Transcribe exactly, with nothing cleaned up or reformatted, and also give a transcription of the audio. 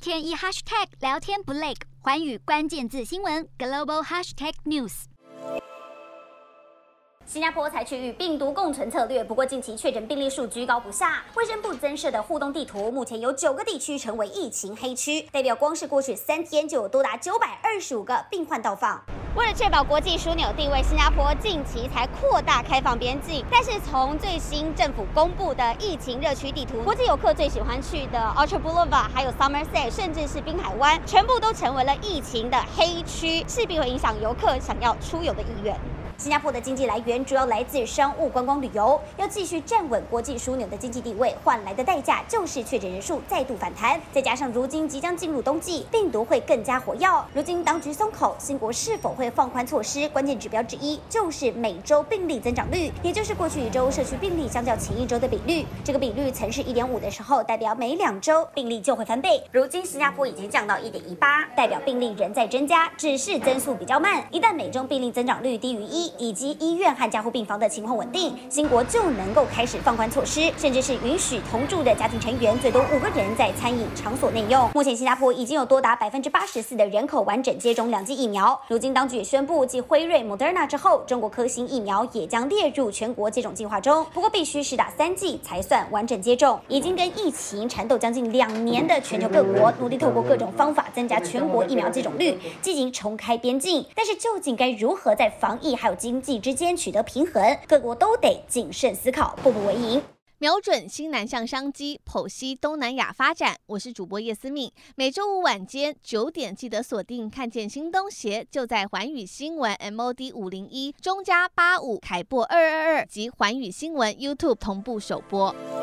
天一 hashtag 聊天不累，寰宇关键字新闻 global hashtag news。 新加坡采取与病毒共存策略，不过近期确诊病例数居高不下。卫生部增设的互动地图，目前有九个地区成为疫情黑区，代表光是过去三天就有多达九百二十五个病患到访。为了确保国际枢纽地位，新加坡近期才扩大开放边境。但是从最新政府公布的疫情热区地图，国际游客最喜欢去的 Orchard Boulevard， 还有 Somerset， 甚至是滨海湾，全部都成为了疫情的黑区，势必会影响游客想要出游的意愿。新加坡的经济来源主要来自商务观光旅游，要继续站稳国际枢纽的经济地位，换来的代价就是确诊人数再度反弹。再加上如今即将进入冬季，病毒会更加活跃。如今当局松口，新国是否会放宽措施？关键指标之一就是每周病例增长率，也就是过去一周社区病例相较前一周的比率。这个比率曾是 一点五 的时候，代表每两周病例就会翻倍。如今新加坡已经降到 一点一八，代表病例仍在增加，只是增速比较慢。一旦每周病例增长率低于一，以及医院和加护病房的情况稳定，新国就能够开始放宽措施，甚至是允许同住的家庭成员最多五个人在餐饮场所内用。目前新加坡已经有多达 百分之八十四 的人口完整接种两剂疫苗。如今当局也宣布，继辉瑞、Moderna 之后，中国科兴疫苗也将列入全国接种计划中，不过必须实打三剂才算完整接种。已经跟疫情缠斗将近两年的全球各国，努力透过各种方法增加全国疫苗接种率，积极重开边境。但是究竟该如何在防疫还有经济之间取得平衡，各国都得谨慎思考，步步为营。 瞄准新南向商机，剖析东南亚发展。我是主播叶思敏，每周五晚间九点记得锁定，看见新东协就在环宇新闻 M O D 五零一中加八五凯播二二二及环宇新闻 YouTube 同步首播。